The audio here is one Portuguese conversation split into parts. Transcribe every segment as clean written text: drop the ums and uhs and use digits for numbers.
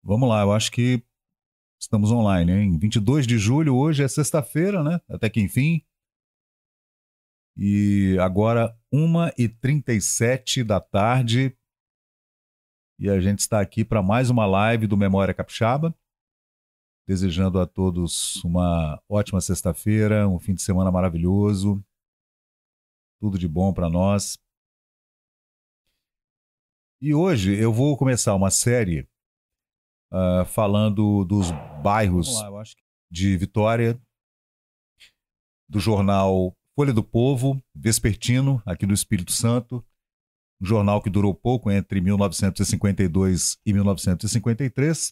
Vamos lá, eu acho que estamos online, hein? 22 de julho, hoje é sexta-feira, né? Até que enfim. E agora, 1h37 da tarde. E a gente está aqui para mais uma live do Memória Capixaba. Desejando a todos uma ótima sexta-feira, um fim de semana maravilhoso. Tudo de bom para nós. E hoje eu vou começar uma série falando dos bairros de Vitória, do jornal Folha do Povo, vespertino, aqui do Espírito Santo, um jornal que durou pouco, entre 1952 e 1953.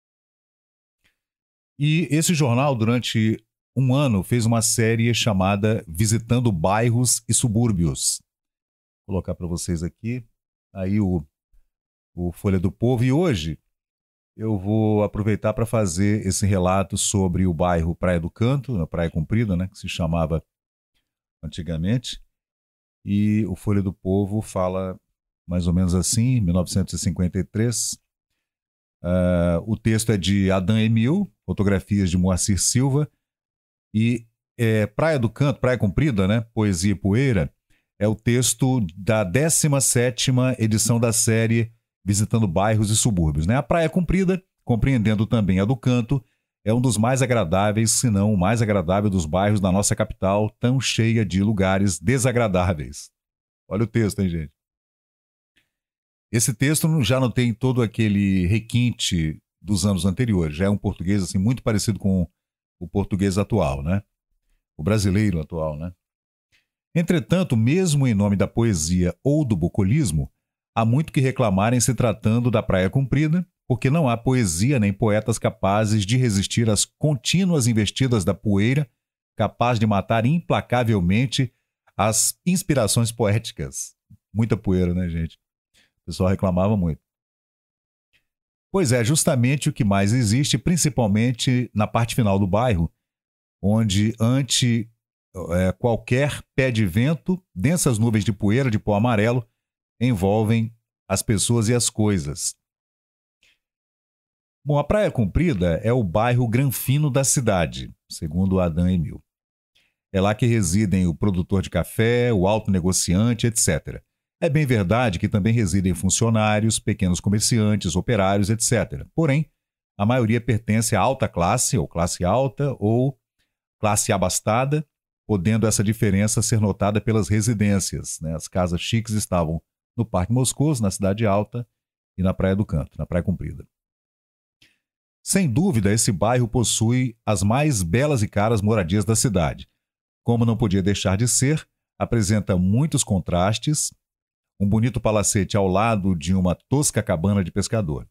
E esse jornal, durante um ano, fez uma série chamada Visitando Bairros e Subúrbios. Vou colocar para vocês aqui, aí o Folha do Povo. E hoje eu vou aproveitar para fazer esse relato sobre o bairro Praia do Canto, na Praia Comprida, né, que se chamava antigamente. E o Folha do Povo fala mais ou menos assim, 1953. O texto é de Adam Emil, fotografias de Moacir Silva. E Praia do Canto, Praia Comprida, né, Poesia e Poeira, é o texto da 17ª edição da série Visitando Bairros e Subúrbios, né? A Praia Comprida, compreendendo também a do Canto, é um dos mais agradáveis, se não o mais agradável dos bairros da nossa capital, tão cheia de lugares desagradáveis. Olha o texto, hein, gente? Esse texto já não tem todo aquele requinte dos anos anteriores, já é um português assim, muito parecido com o português atual, né? O brasileiro atual, né? Entretanto, mesmo em nome da poesia ou do bucolismo, há muito que reclamar em se tratando da Praia Comprida, porque não há poesia nem poetas capazes de resistir às contínuas investidas da poeira, capaz de matar implacavelmente as inspirações poéticas. Muita poeira, né, gente? O pessoal reclamava muito. Pois é, justamente o que mais existe, principalmente na parte final do bairro, onde ante qualquer pé de vento, densas nuvens de poeira, de pó amarelo, envolvem as pessoas e as coisas. Bom, a Praia Comprida é o bairro granfino da cidade, segundo Adam Emil. É lá que residem o produtor de café, o alto negociante, etc. É bem verdade que também residem funcionários, pequenos comerciantes, operários, etc. Porém, a maioria pertence à alta classe, ou classe alta, ou classe abastada, podendo essa diferença ser notada pelas residências, né? As casas chiques estavam no Parque Moscoso, na Cidade Alta, e na Praia do Canto, na Praia Comprida. Sem dúvida, esse bairro possui as mais belas e caras moradias da cidade. Como não podia deixar de ser, apresenta muitos contrastes, um bonito palacete ao lado de uma tosca cabana de pescador.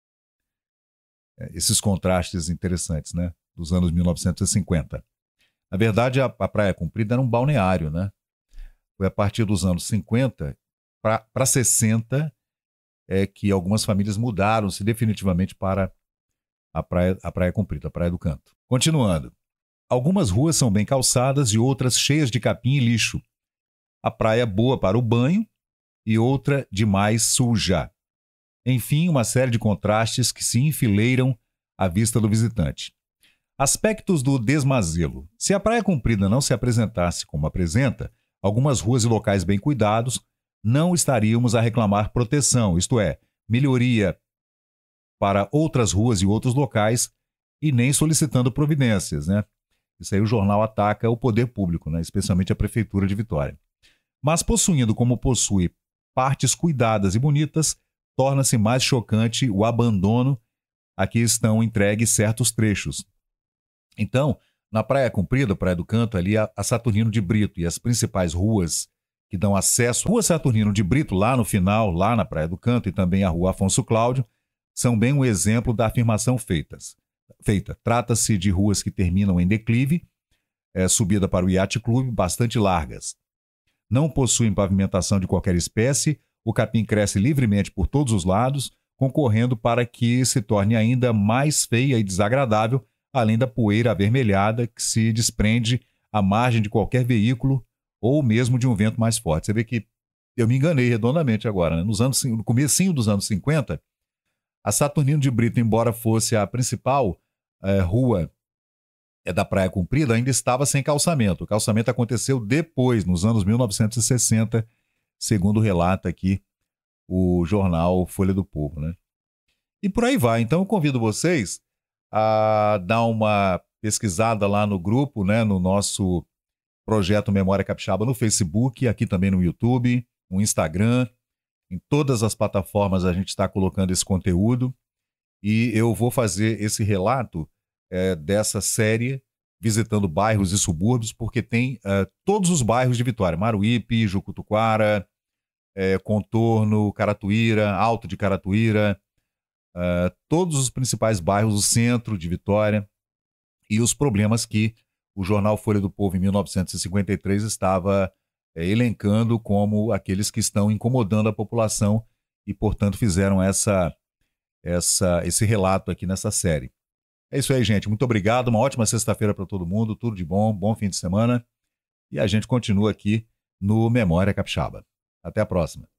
Esses contrastes interessantes, né? Dos anos 1950. Na verdade, a Praia Comprida era um balneário, né? Foi a partir dos anos 50 para 60 que algumas famílias mudaram-se definitivamente para a Praia Comprida, a Praia do Canto. Continuando. Algumas ruas são bem calçadas e outras cheias de capim e lixo. A praia é boa para o banho e outra demais suja. Enfim, uma série de contrastes que se enfileiram à vista do visitante. Aspectos do desmazelo. Se a Praia Comprida não se apresentasse como apresenta, algumas ruas e locais bem cuidados, não estaríamos a reclamar proteção, isto é, melhoria para outras ruas e outros locais, e nem solicitando providências, né? Isso aí o jornal ataca o poder público, né? Especialmente a Prefeitura de Vitória. Mas possuindo como possui partes cuidadas e bonitas, torna-se mais chocante o abandono a que estão entregues certos trechos. Então, na Praia Comprida, Praia do Canto, ali a Saturnino de Brito e as principais ruas que dão acesso, Rua Saturnino de Brito, lá no final, lá na Praia do Canto, e também a Rua Afonso Cláudio, são bem um exemplo da afirmação feita. Trata-se de ruas que terminam em declive, subida para o Yacht Clube, bastante largas. Não possuem pavimentação de qualquer espécie, o capim cresce livremente por todos os lados, concorrendo para que se torne ainda mais feia e desagradável, além da poeira avermelhada que se desprende à margem de qualquer veículo ou mesmo de um vento mais forte. Você vê que eu me enganei redondamente agora, né? No comecinho dos anos 50, A Saturnino de Brito, embora fosse a principal rua da Praia Comprida, ainda estava sem calçamento. O calçamento aconteceu depois, nos anos 1960, segundo relata aqui o jornal Folha do Povo, né? E por aí vai. Então eu convido vocês a dar uma pesquisada lá no grupo, né, no nosso projeto Memória Capixaba no Facebook, aqui também no YouTube, no Instagram, em todas as plataformas a gente está colocando esse conteúdo e eu vou fazer esse relato dessa série visitando bairros e subúrbios, porque tem todos os bairros de Vitória, Maruípe, Jucutuquara, Contorno, Caratuíra, Alto de Caratuíra, todos os principais bairros do centro de Vitória e os problemas que o jornal Folha do Povo, em 1953, estava elencando como aqueles que estão incomodando a população e, portanto, fizeram esse relato aqui nessa série. É isso aí, gente. Muito obrigado. Uma ótima sexta-feira para todo mundo. Tudo de bom. Bom fim de semana. E a gente continua aqui no Memória Capixaba. Até a próxima.